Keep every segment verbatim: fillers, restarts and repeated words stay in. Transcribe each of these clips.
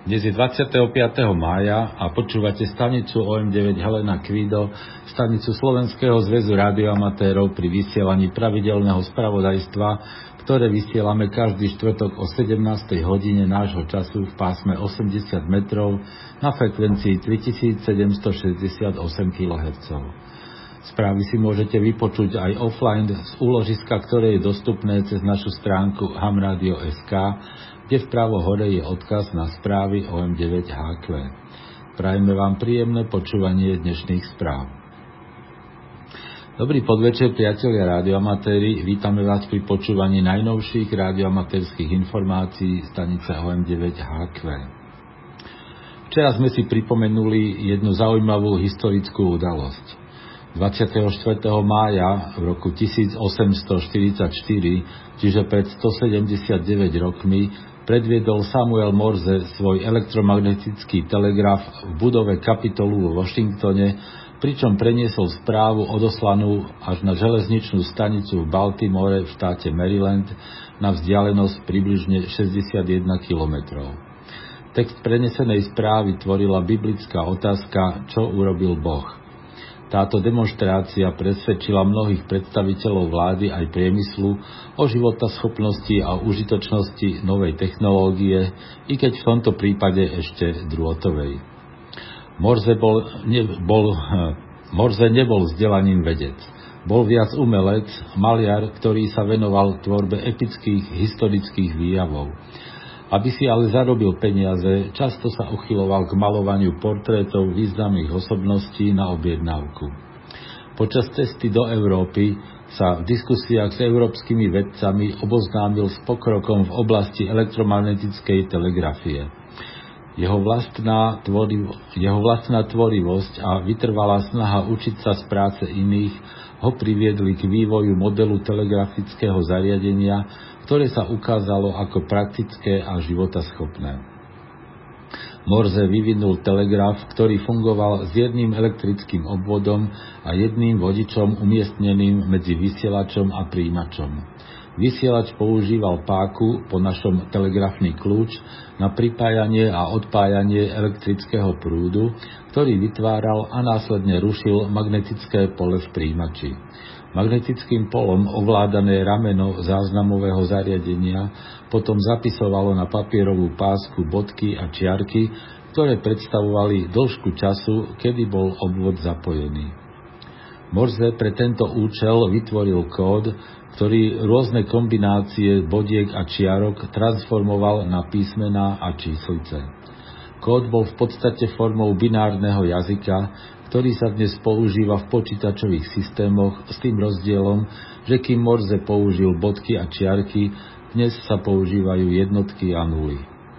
Dnes je dvadsiateho piateho mája a počúvate stanicu ó em deväť Helena Kvido, stanicu Slovenského zväzu rádioamatérov pri vysielaní pravidelného spravodajstva, ktoré vysielame každý štvrtok o sedemnástej hodine nášho času v pásme osemdesiat metrov na frekvencii tritisícsedemstošesťdesiatosem kilohertzov. Správy si môžete vypočuť aj offline z úložiska, ktoré je dostupné cez našu stránku hamradio bodka es ká, kde vpravo hore je odkaz na správy ó em deväť há kvé. Prajeme vám príjemné počúvanie dnešných správ. Dobrý podvečer, priatelia rádioamatéri, vítame vás pri počúvaní najnovších rádioamatérskych informácií stanice ó em deväť há kvé. Včera sme si pripomenuli jednu zaujímavú historickú udalosť. dvadsiateho štvrtého mája v roku tisícosemstoštyridsaťštyri, čiže pred stosedemdesiatdeväť rokmi, predviedol Samuel Morse svoj elektromagnetický telegraf v budove Kapitolu vo Washingtone, pričom preniesol správu odoslanú až na železničnú stanicu v Baltimore v štáte Maryland na vzdialenosť približne šesťdesiatjeden kilometrov. Text prenesenej správy tvorila biblická otázka, čo urobil Boh. Táto demonštrácia presvedčila mnohých predstaviteľov vlády aj priemyslu o životaschopnosti a užitočnosti novej technológie, i keď v tomto prípade ešte drôtovej. Morse, bol, ne, bol, Morse nebol vzdelaním vedec. Bol viac umelec, maliar, ktorý sa venoval tvorbe epických historických výjavov. Aby si ale zarobil peniaze, často sa uchyloval k malovaniu portrétov významných osobností na objednávku. Počas cesty do Európy sa v diskusiách s európskymi vedcami oboznámil s pokrokom v oblasti elektromagnetickej telegrafie. Jeho vlastná, tvorivo, jeho vlastná tvorivosť a vytrvalá snaha učiť sa z práce iných ho priviedli k vývoju modelu telegrafického zariadenia, ktoré sa ukázalo ako praktické a životaschopné. Morse vyvinul telegraf, ktorý fungoval s jedným elektrickým obvodom a jedným vodičom umiestneným medzi vysielačom a príjimačom. Vysielač používal páku, po našom telegrafný kľúč, na pripájanie a odpájanie elektrického prúdu, ktorý vytváral a následne rušil magnetické pole v príjimači. Magnetickým polom ovládané rameno záznamového zariadenia potom zapisovalo na papierovú pásku bodky a čiarky, ktoré predstavovali dĺžku času, kedy bol obvod zapojený. Morse pre tento účel vytvoril kód, ktorý rôzne kombinácie bodiek a čiarok transformoval na písmená a číslice. Kód bol v podstate formou binárneho jazyka, ktorý sa dnes používa v počítačových systémoch s tým rozdielom, že kým Morse použil bodky a čiarky, dnes sa používajú jednotky a nuly.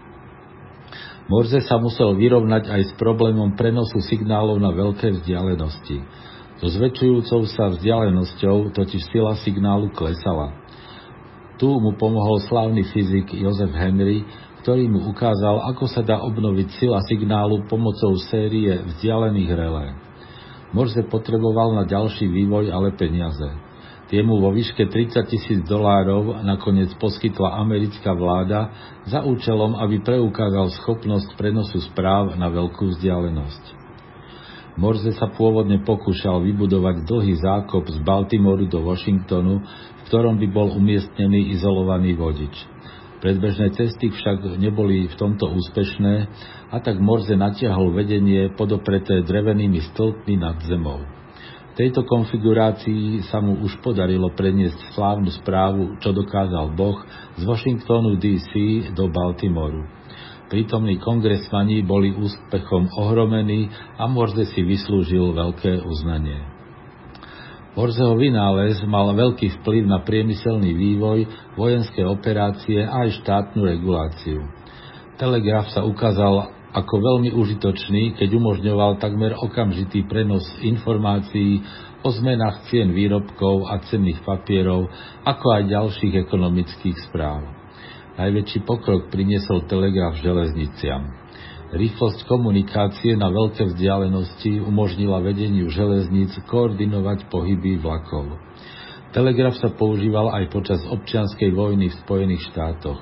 Morse sa musel vyrovnať aj s problémom prenosu signálov na veľké vzdialenosti. So zväčšujúcou sa vzdialenosťou totiž sila signálu klesala. Tu mu pomohol slávny fyzik Joseph Henry, ktorý mu ukázal, ako sa dá obnoviť sila signálu pomocou série vzdialených relé. Morse potreboval na ďalší vývoj ale peniaze. Tie mu vo výške tridsaťtisíc dolárov nakoniec poskytla americká vláda za účelom, aby preukázal schopnosť prenosu správ na veľkú vzdialenosť. Morse sa pôvodne pokúšal vybudovať dlhý zákop z Baltimoru do Washingtonu, v ktorom by bol umiestnený izolovaný vodič. Predbežné cesty však neboli v tomto úspešné a tak Morse natiahol vedenie podopreté drevenými stĺpmi nad zemou. V tejto konfigurácii sa mu už podarilo preniesť slávnu správu, čo dokázal Boh, z Washingtonu dé cé do Baltimoru. Prítomní kongresmani boli úspechom ohromení a Morse si vyslúžil veľké uznanie. Morseho vynález mal veľký vplyv na priemyselný vývoj, vojenské operácie a aj štátnu reguláciu. Telegraf sa ukázal ako veľmi užitočný, keď umožňoval takmer okamžitý prenos informácií o zmenách cien výrobkov a cenných papierov, ako aj ďalších ekonomických správ. Najväčší pokrok priniesol telegraf železniciam. Rýchlosť komunikácie na veľké vzdialenosti umožnila vedeniu železníc koordinovať pohyby vlakov. Telegraf sa používal aj počas občianskej vojny v Spojených štátoch.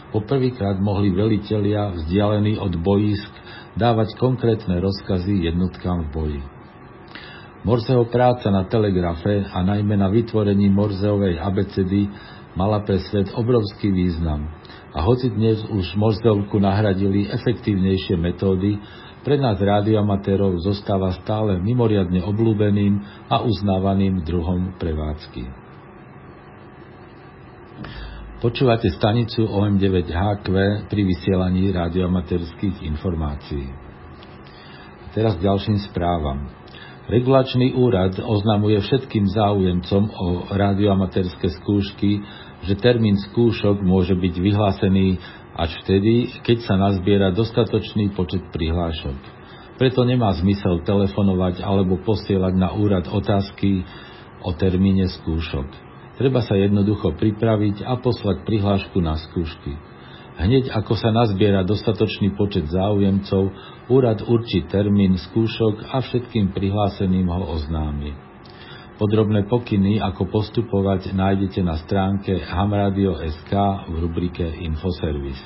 poprvýkrát mohli velitelia vzdialení od bojísk dávať konkrétne rozkazy jednotkám v boji. Morseho práca na telegrafe a najmä na vytvorení Morseovej abecedy mala pre svet obrovský význam. A hoci dnes už Morseovku nahradili efektívnejšie metódy, pre nás rádioamatérov zostáva stále mimoriadne obľúbeným a uznávaným druhom prevádzky. Počúvate stanicu ó em deväť há kvé pri vysielaní rádioamatérskych informácií. A teraz k ďalším správam. Regulačný úrad oznamuje všetkým záujemcom o rádioamatérske skúšky, že termín skúšok môže byť vyhlásený až vtedy, keď sa nazbiera dostatočný počet prihlášok. Preto nemá zmysel telefonovať alebo posielať na úrad otázky o termíne skúšok. Treba sa jednoducho pripraviť a poslať prihlášku na skúšky. Hneď ako sa nazbiera dostatočný počet záujemcov, úrad určí termín skúšok a všetkým prihláseným ho oznámi. Podrobné pokyny, ako postupovať, nájdete na stránke hamradio bodka es ká v rubrike Infoservis.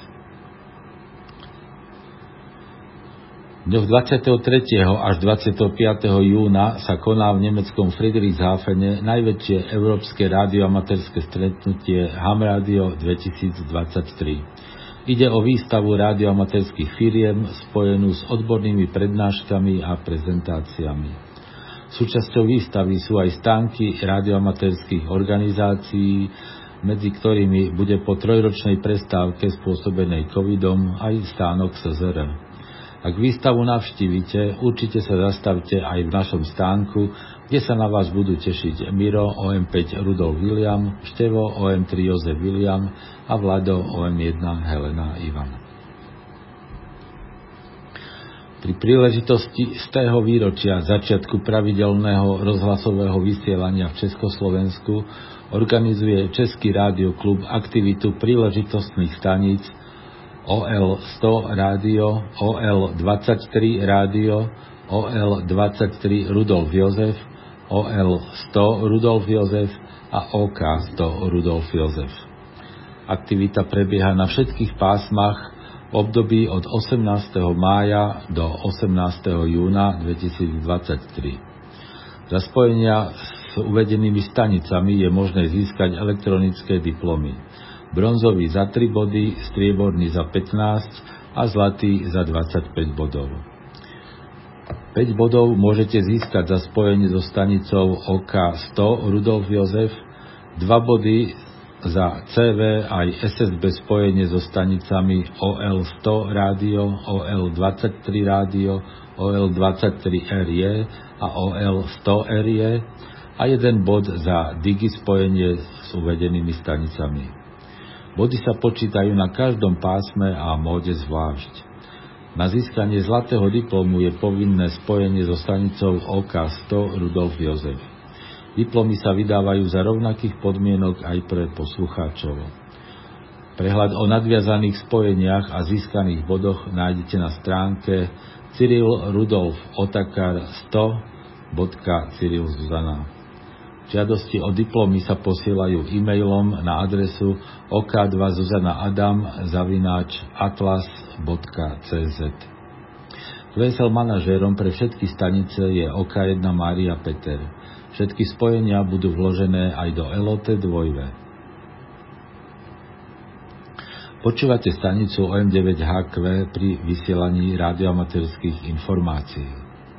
V dňoch dvadsiateho tretieho až dvadsiateho piateho júna sa koná v nemeckom Friedrichshafene najväčšie európske rádioamatérske stretnutie Hamradio dvetisícdvadsaťtri. Ide o výstavu rádioamatérskych firiem spojenú s odbornými prednáškami a prezentáciami. Súčasťou výstavy sú aj stánky rádioamatérskych organizácií, medzi ktorými bude po trojročnej prestávke spôsobenej covidom aj stánok es zet er. Ak výstavu navštívite, určite sa zastavte aj v našom stánku, kde sa na vás budú tešiť Miro ó em päť Rudolf William, Števo ó em tri Jozef William a Vlado ó em jeden Helena Ivan. Pri príležitosti stého výročia začiatku pravidelného rozhlasového vysielania v Československu organizuje Český rádioklub aktivitu príležitostných staníc ó el sto rádio, ó el dvadsaťtri rádio, ó el dvadsaťtri Rudolf Jozef, ó el sto Rudolf Jozef a ó ká sto Rudolf Jozef. Aktivita prebieha na všetkých pásmach v období od osemnásteho mája do osemnásteho júna dvetisícdvadsaťtri. Za spojenia s uvedenými stanicami je možné získať elektronické diplomy. Bronzový za tri body, strieborný za pätnásť a zlatý za dvadsaťpäť bodov. päť bodov môžete získať za spojenie so stanicou ó ká sto Rudolf Jozef, dva body za cé vé aj es es bé spojenie so stanicami ó el sto rádio, ó el dvadsaťtri rádio, ó el dvadsaťtri er jé a ó el sto er jé a jeden bod za digi spojenie s uvedenými stanicami. Body sa počítajú na každom pásme a móde zvlášť. Na získanie zlatého diplomu je povinné spojenie so stanicou ó ká sto Rudolf Jozef. Diplomy sa vydávajú za rovnakých podmienok aj pre poslucháčov. Prehľad o nadviazaných spojeniach a získaných bodoch nájdete na stránke Cyril Rudolf Otakar sto bodka Cyril Zuzana. Žiadosti o diplomy sa posielajú e-mailom na adresu ó ká dva Zuzana Adam zavináč atlas bodka cé zet. vé es el manažérom pre všetky stanice je ó ká jeden Mária Peter. Všetky spojenia budú vložené aj do el ó té dva. Počúvate stanicu ó em deväť há kvé pri vysielaní rádioamatérskych informácií.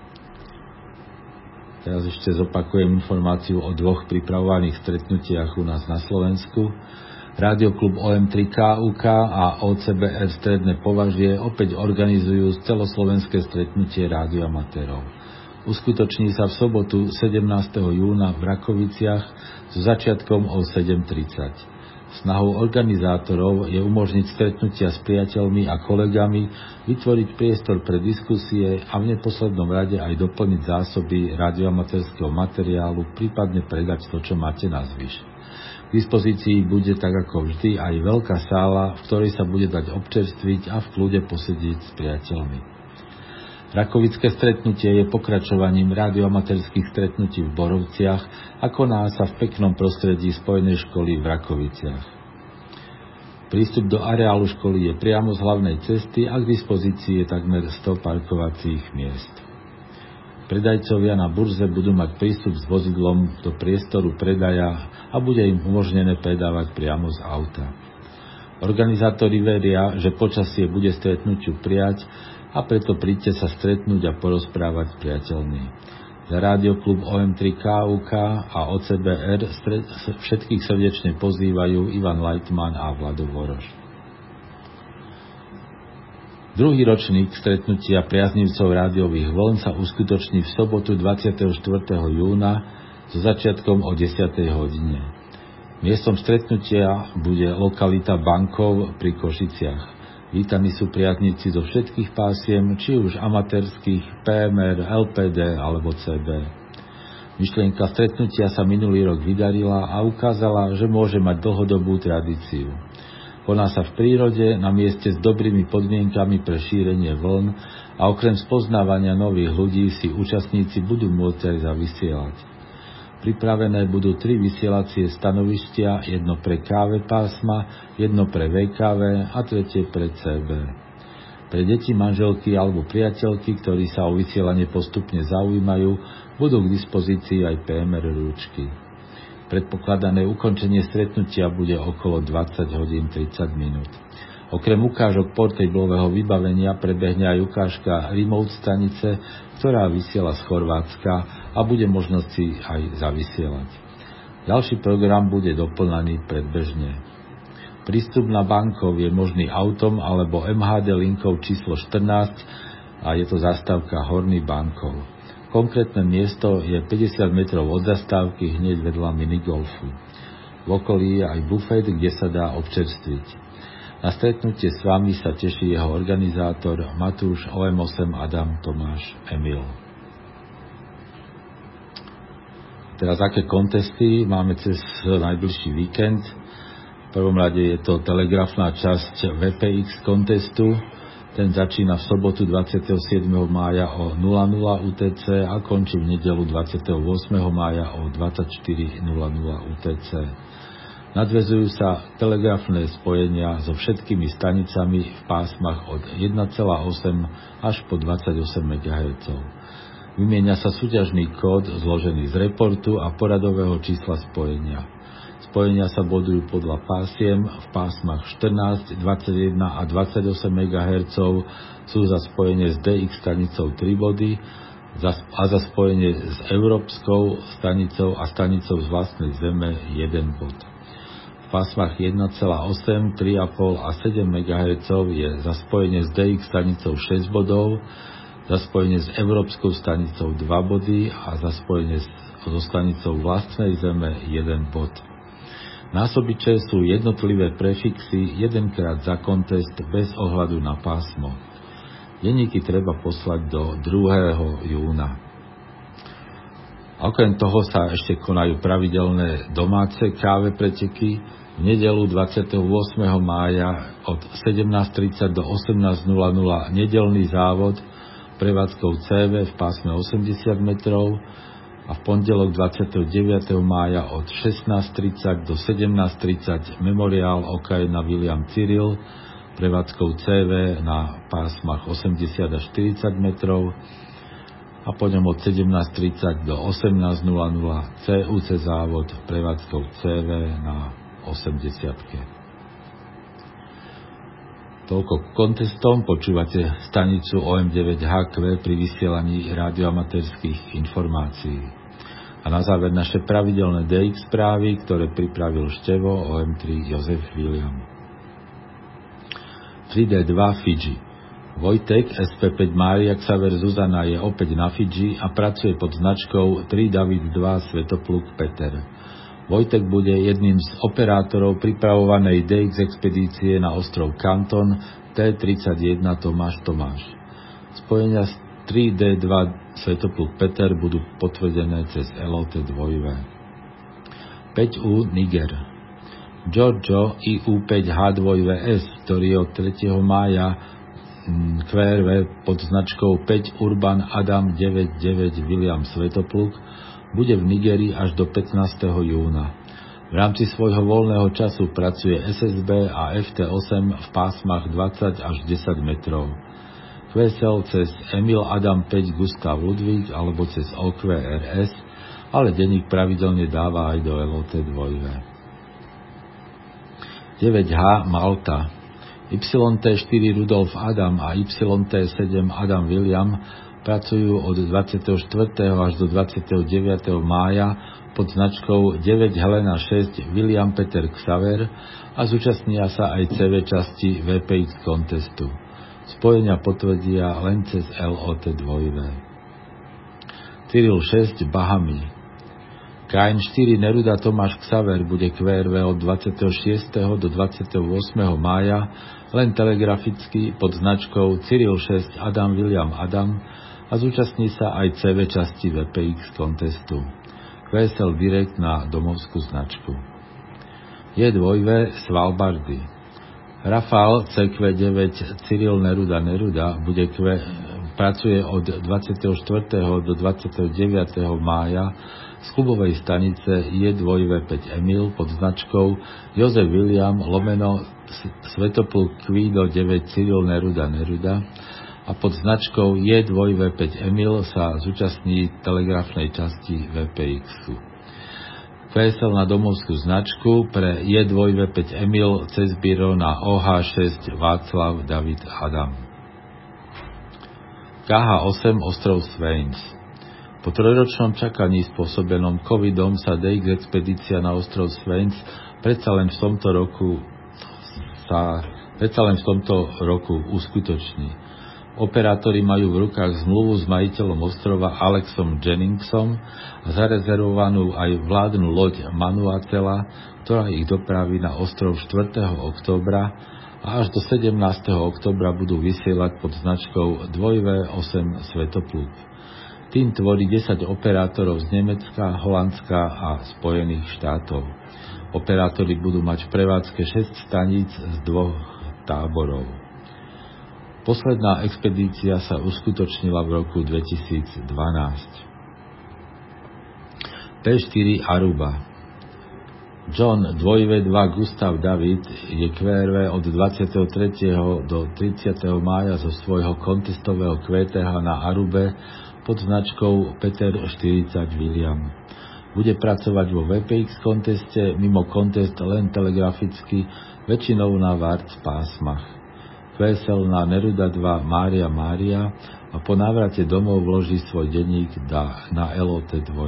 Teraz ešte zopakujem informáciu o dvoch pripravovaných stretnutiach u nás na Slovensku. Rádioklub ó em tri ká ú ká a ó cé bé er Stredné Považie opäť organizujú celoslovenské stretnutie rádioamatérov. Uskutoční sa v sobotu sedemnásteho júna v Rakoviciach so začiatkom o sedem tridsať. Snahou organizátorov je umožniť stretnutia s priateľmi a kolegami, vytvoriť priestor pre diskusie a v neposlednom rade aj doplniť zásoby radioamatérskeho materiálu, prípadne predať to, čo máte na zvyš. K dispozícii bude tak ako vždy aj veľká sála, v ktorej sa bude dať občerstviť a v kľude posedieť s priateľmi. Rakovické stretnutie je pokračovaním rádioamatérskych stretnutí v Borovciach a koná sa v peknom prostredí Spojenej školy v Rakoviciach. Prístup do areálu školy je priamo z hlavnej cesty a k dispozícii je takmer sto parkovacích miest. Predajcovia na burze budú mať prístup s vozidlom do priestoru predaja a bude im umožnené predávať priamo z auta. Organizátori veria, že počasie bude stretnutiu prijať a preto príďte sa stretnúť a porozprávať s priateľmi. Za Rádioklub ó em tri ká ú ká a ó cé bé er všetkých srdečne pozývajú Ivan Lajtman a Vlado Voroš. Druhý ročník stretnutia priaznivcov rádiových vln sa uskutoční v sobotu dvadsiateho štvrtého júna so začiatkom o desiatej hodine. Miestom stretnutia bude lokalita Bankov pri Košiciach. Vítaní sú priaznici zo všetkých pásiem, či už amatérskych, pé em er, el pé dé alebo cé bé. Myšlienka stretnutia sa minulý rok vydarila a ukázala, že môže mať dlhodobú tradíciu. Koná sa v prírode, na mieste s dobrými podmienkami pre šírenie vln a okrem spoznávania nových ľudí si účastníci budú môcť aj zavysielať. Pripravené budú tri vysielacie stanovištia, jedno pre ká vé pásma, jedno pre vé ká vé a tretie pre cé bé. Pre deti, manželky alebo priateľky, ktorí sa o vysielanie postupne zaujímajú, budú k dispozícii aj pé em er rúčky. Predpokladané ukončenie stretnutia bude okolo dvadsať hodín tridsať minút. Okrem ukážok portablového vybavenia prebehne aj ukážka remote stanice, ktorá vysiela z Chorvátska a bude možnosť si aj zavysielať. Ďalší program bude doplnaný predbežne. Prístup na Bankov je možný autom alebo em há dé linkou číslo štrnásť a je to zastávka Horný Bankov. Konkrétne miesto je päťdesiat metrov od zastávky hneď vedľa minigolfu. V okolí je aj bufet, kde sa dá občerstviť. Na stretnutie s vami sa teší jeho organizátor Matúš ó em osem Adam Tomáš Emil. Teraz aké kontesty máme cez najbližší víkend? V prvom rade je to telegrafná časť vé pé iks kontestu. Ten začína v sobotu dvadsiateho siedmeho mája o nula nula ú té cé a končí v nedeľu dvadsiateho ôsmeho mája o dvadsaťštyri nula nula ú té cé. Nadväzujú sa telegrafné spojenia so všetkými stanicami v pásmach od jeden celá osem až po dvadsaťosem megahertzov. Vymieňa sa súťažný kód zložený z reportu a poradového čísla spojenia. Spojenia sa bodujú podľa pásiem v pásmach štrnásť, dvadsaťjeden a dvadsaťosem megahertzov sú za spojenie s dé iks stanicou tri body a za spojenie s európskou stanicou a stanicou z vlastnej zeme jeden bod. V pásmach jeden celá osem, tri celá päť a sedem megahertzov je za spojenie s dé iks stanicou šesť bodov, za spojenie s európskou stanicou dva body a za spojenie so stanicou vlastnej zeme jeden bod. Násobiče sú jednotlivé prefixy jedenkrát za kontest bez ohľadu na pásmo. Denníky treba poslať do druhého júna. Okrem toho sa ešte konajú pravidelné domáce ká vé preteky. V nedeľu dvadsiateho ôsmeho mája od sedemnásť tridsať do osemnásť nula nula nedeľný závod prevádzkou cé vé v pásme osemdesiat metrov a v pondelok dvadsiateho deviateho mája od šestnásť tridsať do sedemnásť tridsať memoriál Okrajina William Cyril prevádzkou cé vé na pásmach osemdesiat až štyridsať metrov a po ňom od sedemnásť tridsať do osemnásť nula nula cé ú cé závod prevádzkou cé vé na osemdesiatke. Toľko k kontestom, počúvate stanicu ó em deväť há kvé pri vysielaní rádioamatérskych informácií. A na záver naše pravidelné dé iks správy, ktoré pripravil števo ó em tri Jozef William. tri dé dva Fidži. Vojtek es pé päť Mária Xaver Zuzana je opäť na Fidži a pracuje pod značkou tri David dva Svetopluk Peter. Vojtek bude jedným z operátorov pripravovanej dé iks expedície na ostrov Kanton té tridsaťjeden Tomáš Tomáš. Spojenia s tri dé dva Svetopluk Peter budú potvrdené cez el ó té dva vé. päť ú Niger. Giorgio í ú päť há dva vé es, ktorý je od tretieho mája kvé er vé pod značkou päť Urban Adam deväťdesiatdeväť William Svetopluk, bude v Nigérii až do pätnásteho júna. V rámci svojho voľného času pracuje es es bé a ef té osem v pásmach dvadsať až desať metrov. kvé es el cez Emil Adam päť Gustav Ludvík alebo cez ó kvé er es, ale denník pravidelne dáva aj do el ó té dva. deväť há Malta. ypsilon té štyri Rudolf Adam a ypsilon té sedem Adam William pracujú od dvadsiateho štvrtého až do dvadsiateho deviateho mája pod značkou deväť Helena šesť William Peter Xaver a zúčastnia sa aj cé vé časti vé pé iks contestu. Spojenia potvrdia len cez el ó té dva. Cyril šesť Bahamy. Kain štyri Neruda Tomáš Xaver bude kvé er vé od dvadsiateho šiesteho do dvadsiateho ôsmeho mája len telegraficky pod značkou Cyril šesť Adam William Adam a zúčastní sa aj cé vé časti vé pé iks contestu. kvé es el direkt na domovskú značku. jé dva Svalbardy. Rafal cé kvé deväť Cyril Neruda Neruda bude kve, pracuje od dvadsiateho štvrtého do dvadsiateho deviateho mája z klubovej stanice jé dva päť Emil pod značkou Jozef William lomeno Svetopluk Kvído deväť Cyril Neruda Neruda a pod značkou jé dva päť Emil sa zúčastní telegrafnej časti vé pé iksu. kvé es el na domovskú značku pre jé dva päť Emil cez biro na ó há šesť Václav David Adam. ká há osem Ostrov Svains. Po trojročnom čakaní spôsobenom covidom sa dé iks expedícia na ostrov Svains predsa len v tomto roku sa predsa len v tomto roku uskutoční. Operátori majú v rukách zmluvu s majiteľom ostrova Alexom Jenningsom a zarezervovanú aj vládnu loď Manuatela, ktorá ich dopraví na ostrov štvrtého októbra a až do sedemnásteho októbra budú vysielať pod značkou dva osem Svetopluk. Tým tvorí desať operátorov z Nemecka, Holandska a Spojených štátov. Operátori budú mať v prevádzke šesť staníc z dvoch táborov. Posledná expedícia sa uskutočnila v roku dvetisícdvanásť. pé štyri Aruba. John dva dva Gustav David je kvé er vé od dvadsiateho tretieho do tridsiateho mája zo svojho kontestového kvé té há na Arube pod značkou Peter štyridsať William. Bude pracovať vo vé pé iks konteste, mimo kontest len telegraficky, väčšinou na Várc pásmach. kvé es el na Neruda dva Mária Mária a po návrate domov vloží svoj denník na el ó té dva.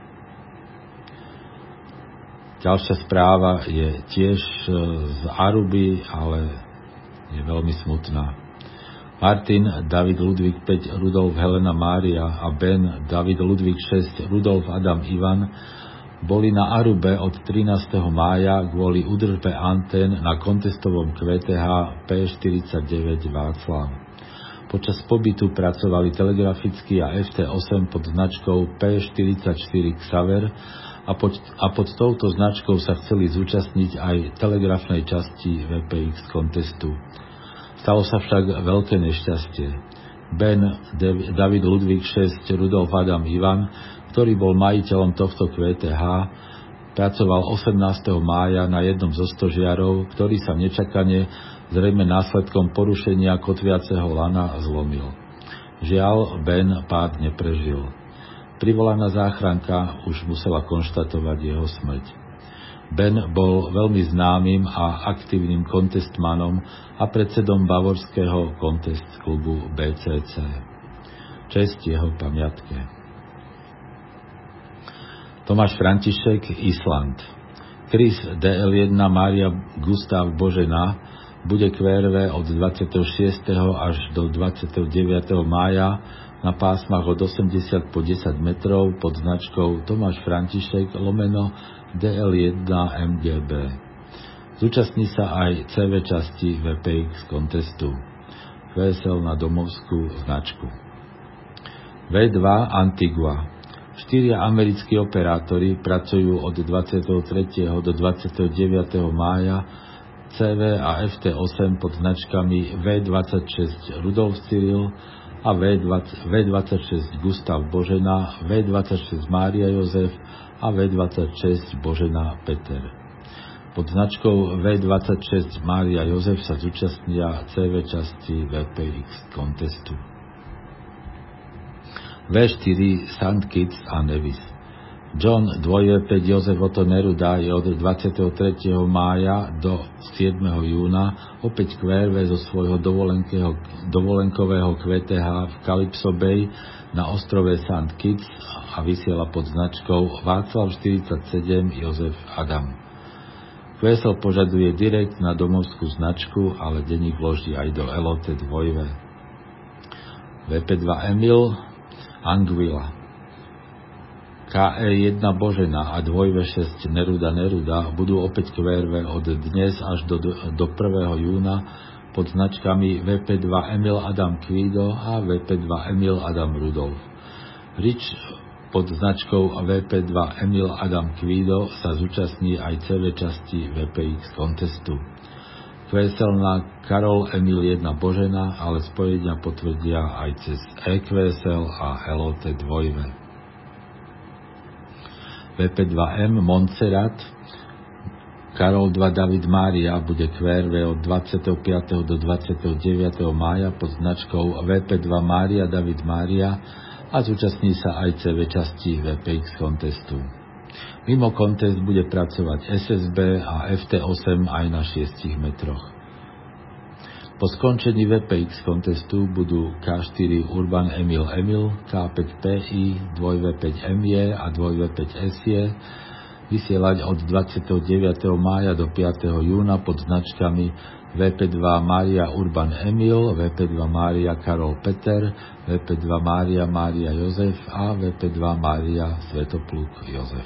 Ďalšia správa je tiež z Aruby, ale je veľmi smutná. Martin David Ludvík päť Rudolf Helena Mária a Ben David Ludvík šesť Rudolf Adam Ivan boli na Arube od trinásteho mája kvôli údržbe antén na kontestovom kvé té há pé štyridsaťdeväť Václav. Počas pobytu pracovali telegraficky a ef té osem pod značkou pé štyridsaťštyri Xaver a pod, a pod touto značkou sa chceli zúčastniť aj telegrafnej časti vé pé iks contestu. Stalo sa však veľké nešťastie. Ben David Ludvík šesť Rudolf Adam Ivan, ktorý bol majiteľom tohto kvé té há, pracoval osemnásteho mája na jednom zo stožiarov, ktorý sa nečakane, zrejme následkom porušenia kotviaceho lana, zlomil. Žiaľ, Ben pád neprežil. Privolaná záchranka už musela konštatovať jeho smrť. Ben bol veľmi známym a aktívnym kontestmanom a predsedom bavorského kontest klubu bé cé cé. Česť jeho pamiatke. Tomáš František, Island. Chris dé el jeden Mária Gustav Božena bude kvé er vé od dvadsiateho šiesteho až do dvadsiateho deviateho mája na pásmach od osemdesiat po desať metrov pod značkou Tomáš František lomeno dé el jeden em gé bé. Zúčastní sa aj cé vé časti vé pé iks contestu. kvé es el na domovskú značku. vé dva Antigua. Štyria americkí operátori pracujú od dvadsiateho tretieho do dvadsiateho deviateho mája cé vé a ef té osem pod značkami vé dvadsaťšesť Rudolf Cyril a vé dvadsaťšesť Gustav Božena, vé dvadsaťšesť Mária Jozef a vé dvadsaťšesť Božena Peter. Pod značkou vé dvadsaťšesť Mária Jozef sa zúčastnia cé vé časti vé pé iks kontestu. vé štyri Saint Kitts a Nevis. John dva päť Jozef Otto Neruda je od dvadsiateho tretieho mája do siedmeho júna opäť kvé er vé zo svojho dovolenkového kvé té há v Calypso Bay na ostrove Saint Kitts a vysiela pod značkou Václav štyridsaťsedem Jozef Adam. kvé es el požaduje direkt na domovskú značku, ale denník vloží aj do el o té dva. vé pé dva Emil Anguilla, ká é jedna Božena a dva vé šesť Neruda Neruda budú opäť kvé er vé od dnes až do, do prvého júna pod značkami vé pé dva Emil Adam Kvido a vé pé dva Emil Adam Rudolf. Rich pod značkou vé pé dva Emil Adam Kvido sa zúčastní aj cé vé časti vé pé iks kontestu. kvé es el na Karol Emil jedna Božena, ale spojenia potvrdia aj cez é kvé es el a el o té dva. vé pé dva em Montserrat Karol dva David Mária bude kvé er vé od dvadsiateho piateho do dvadsiateho deviateho mája pod značkou vé pé dva Mária David Mária a zúčastní sa aj cé vé časti vé pé iks kontestu. Mimo kontest bude pracovať es es bé a ef té osem aj na šiestich metroch. Po skončení vé pé iks kontestu budú ká štyri Urban Emil Emil, ká päť pé í, dva vé päť em jé a dva vé päť es jé vysielať od dvadsiateho deviateho mája do piateho júna pod značkami vé pé dva Mária Urban Emil, vé pé dva Mária Karol Peter, vé pé dva Mária Mária Jozef a vé pé dva Mária Svetopluk Jozef.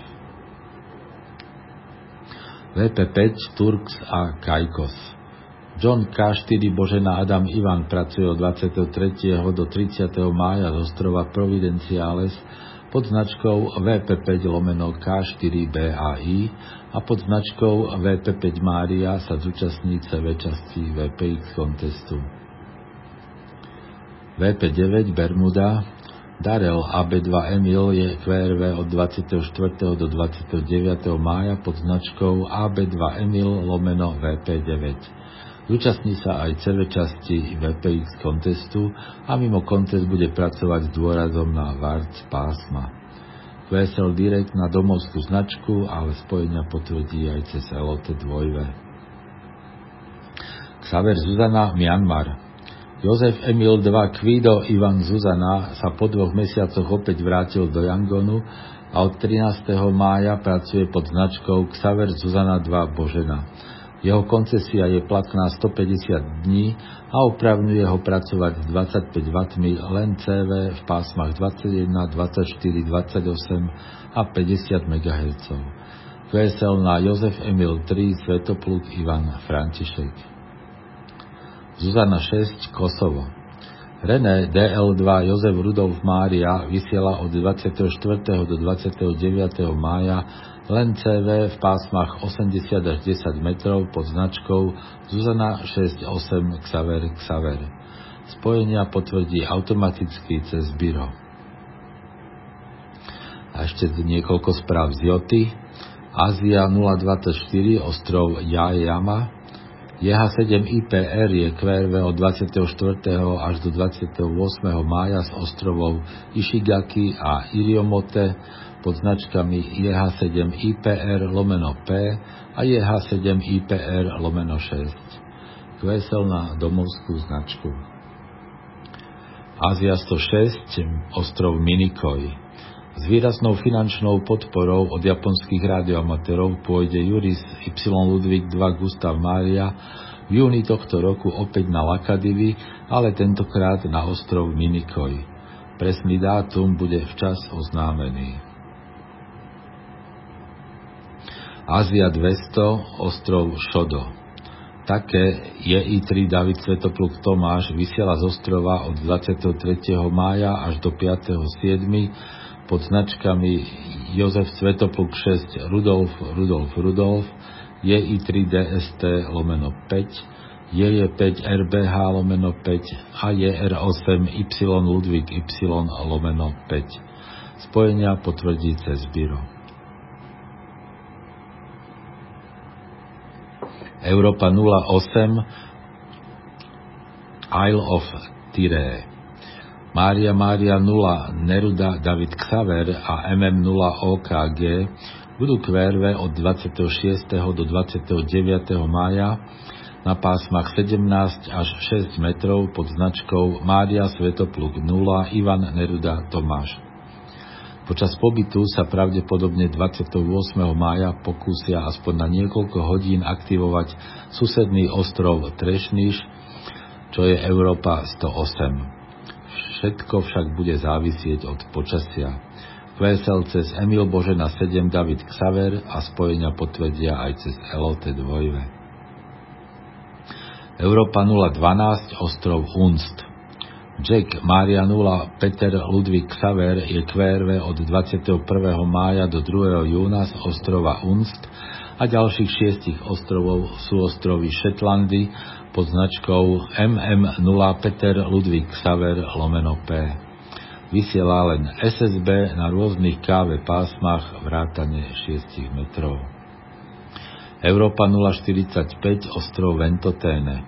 vé pé päť Turks a Caicos. John ká štyri Božena Adam Ivan pracuje od dvadsiateho tretieho do tridsiateho mája z ostrova Providenciales pod značkou vé pé päť lomeno ká štyri bé á í a pod značkou vé pé päť Mária sa zúčastní cé vé časti vé pé iks kontestu. vé pé deväť Bermuda Darel á bé dva Emil je kvé er vé od dvadsiateho štvrtého do dvadsiateho deviateho mája pod značkou á bé dva Emil lomeno vé pé deväť. Zúčastní sa aj cé vé časti vé pé iks kontestu a mimo kontest bude pracovať s dôrazom na Varc pásma. kvé es el direkt na domovskú značku, ale spojenia potvrdí aj cez el o té dva. Xaver Zuzana Myanmar. Jozef Emil dva Kvido Ivan Zuzana sa po dvoch mesiacoch opäť vrátil do Yangonu a od trinásteho mája pracuje pod značkou Xaver Zuzana dva Božena. Jeho koncesia je platná stopäťdesiat dní a opravňuje ho pracovať s dvadsaťpäť wattmi len cé vé v pásmach dvadsaťjeden, dvadsaťštyri, dvadsaťosem a päťdesiat megahertzov. kvé es el na Jozef Emil tri Svetopluk Ivan František. Zuzana šesť Kosovo. René dé el dva Jozef Rudolf Mária vysiela od dvadsiateho štvrtého do dvadsiateho deviateho mája len cé vé v pásmach osemdesiat až desať metrov pod značkou Zuzana šesť osem Xaver Xaver. Spojenia potvrdí automaticky cez Biro. A ešte niekoľko správ z Joty. Ázia nula dvadsaťštyri ostrov Yaeyama. jé há sedem í pé er je kvé er vé od dvadsiateho štvrtého až do dvadsiateho ôsmeho mája z ostrovov Ishigaki a Iriomote pod značkami jé há sedem í pé er lomeno P a jé há sedem í pé er lomeno šesť. kvé es el na domovskú značku. Ázia sto šesť ostrov Minikoj. S výraznou finančnou podporou od japonských rádioamatérov pôjde Juris Y Ludvík dva Gustav Mária v júni tohto roku opäť na Lakadivi, ale tentokrát na ostrov Minikoj. Presný dátum bude včas oznámený. Ázia dvesto ostrov Šodo. Také jé í tri David Svetopluk Tomáš vysiela z ostrova od dvadsiateho tretieho mája až do piateho siedmeho pod značkami Jozef Svetopluk šesť Rudolf Rudolf Rudolf, jé í tri dé es té lomeno päť, J J päť R B H lomeno päť a J R osem Y Ludvík Y lomeno päť. Spojenia potvrdí cez Biro. Európa nula osem Isle of Tyree. Mária Mária nula Neruda David Xaver a M M nula O K G budú Q R V od dvadsiateho šiesteho do dvadsiateho deviateho mája na pásmach sedemnásť až šesť metrov pod značkou Mária Svetopluk nula Ivan Neruda Tomáš. Počas pobytu sa pravdepodobne dvadsiateho ôsmeho mája pokúsia aspoň na niekoľko hodín aktivovať susedný ostrov Trešniš, čo je Európa sto osem. Všetko však bude závisieť od počasia. Q S L cez Emil Božena sedem David Xaver a spojenia potvrdia aj cez L O T dva. Európa nula dvanásť ostrov Unst. Jack Mária nula Peter Ludvík Xaver je Q R V od dvadsiateho prvého mája do druhého júna z ostrova Unst a ďalších šiestich ostrovov sú ostrovy Shetlandy pod značkou M M nula Peter Ludvík Xaver lomeno P. Vysiela len S S B na rôznych ká vé pásmach vrátane šesť metrov. Európa nula štyridsaťpäť ostrov Ventotene.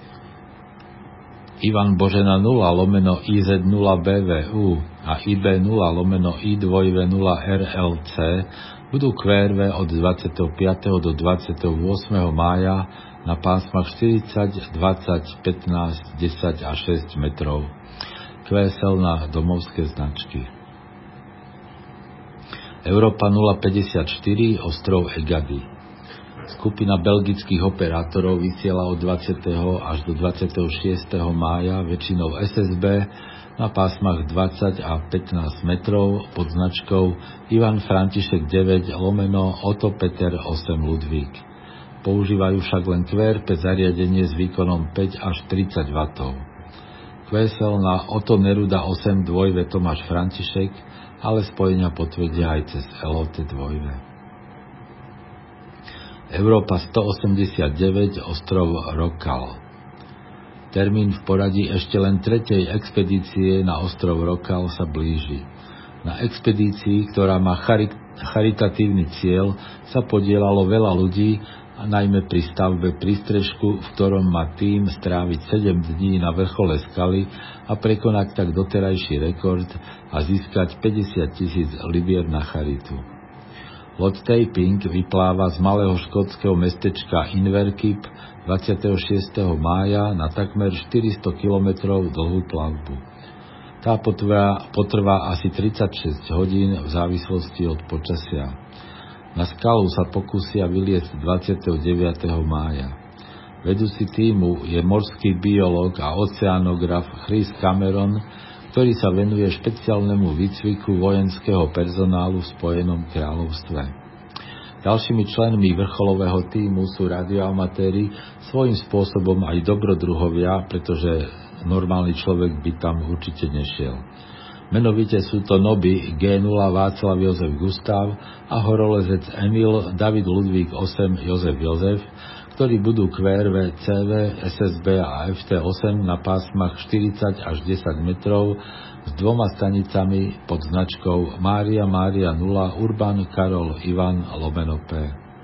Ivan Božena nula lomeno I Z nula B V U a I B nula lomeno I dva nula R L C budú Q R V od dvadsiateho piateho do dvadsiateho ôsmeho mája na pásmach štyridsať, dvadsať, pätnásť, desať a šesť metrov. Q S L na domovské značky. Európa nula päťdesiatštyri ostrov Egady. Skupina belgických operátorov vysiela od dvadsiateho až do dvadsiateho šiesteho mája väčšinou S S B na pásmach dvadsať a pätnásť metrov pod značkou Ivan František deväť lomeno Otto Peter osem Ludvík. Používajú však len Q R P zariadenie s výkonom päť až tridsať wattov. Q S L na Otto Neruda osem dva Tomáš František, ale spojenia potvrdia aj cez L O T dva. Európa stoosemdesiatdeväť ostrov Rokal. Termín v poradí ešte len tretej expedície na ostrov Rokal sa blíži. Na expedícii, ktorá má chari- charitatívny cieľ, sa podielalo veľa ľudí, a najmä pri stavbe prístrežku, v ktorom má tím stráviť sedem dní na vrchole skaly a prekonať tak doterajší rekord a získať päťdesiat tisíc libier na charitu. Loď Taping vypláva z malého škótskeho mestečka Inverkip dvadsiateho šiesteho mája na takmer štyristo kilometrov dlhú plavbu. Tá potrvá, potrvá asi tridsaťšesť hodín v závislosti od počasia. Na skalu sa pokúsia vyliesť dvadsiateho deviateho mája. Vedúci tímu je morský biológ a oceánograf Chris Cameron, ktorý sa venuje špeciálnemu výcviku vojenského personálu v Spojenom kráľovstve. Ďalšími členmi vrcholového tímu sú radioamatéri, svojím spôsobom aj dobrodruhovia, pretože normálny človek by tam určite nešiel. Menovite sú to noby G nula Václav Jozef Gustav a horolezec Emil David Ludvík osem Jozef Jozef, ktorí budú Q R V, C V, S S B a F T osem na pásmach štyridsať až desať metrov s dvoma stanicami pod značkou Mária Mária nula Urban Karol Ivan lomeno P.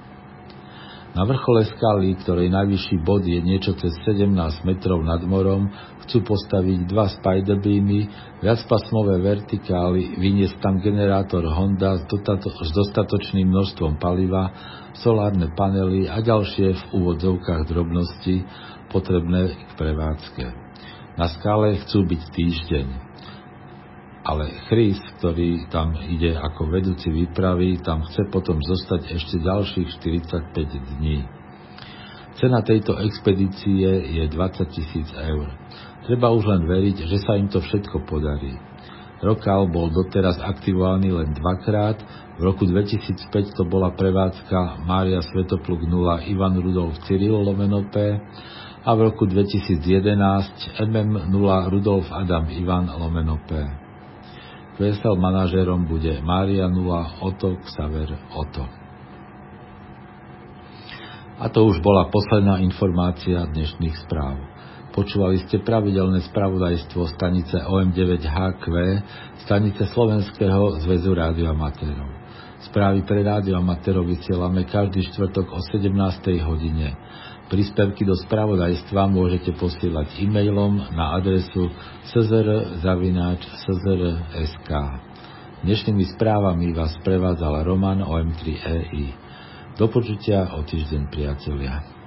Na vrchole skaly, ktorej najvyšší bod je niečo cez sedemnásť metrov nad morom, chcú postaviť dva spiderbeamy, viacpasmové vertikály, vyniesť tam generátor Honda s, dotato- s dostatočným množstvom paliva, solárne panely a ďalšie v úvodzovkách drobnosti potrebné k prevádzke. Na skále chcú byť týždeň. Ale Chris, ktorý tam ide ako vedúci výpravy, tam chce potom zostať ešte ďalších štyridsaťpäť dní. Cena tejto expedície je dvadsať tisíc eur. Treba už len veriť, že sa im to všetko podarí. Rokal bol doteraz aktivovaný len dvakrát, v roku dvetisícpäť to bola prevádzka Mária Svetopluk nula Ivan Rudolf Cyril lomeno P a v roku dvetisícjedenásť M M nula Rudolf Adam Ivan lomeno P. Q S L manažérom bude Mária nula Otto Xaver Otto. A to už bola posledná informácia dnešných správ. Počúvali ste pravidelné spravodajstvo stanice ó em deväť há kvé, stanice Slovenského zväzu rádioamatérov. Správy pre rádioamatérov vysielame každý štvrtok o sedemnástej hodine. Príspevky do spravodajstva môžete posielať e-mailom na adresu es zet er zavináč es zet er bodka es ká. Dnešnými správami vás prevádzal Roman ó em tri é í. Do počutia o týždeň, priatelia.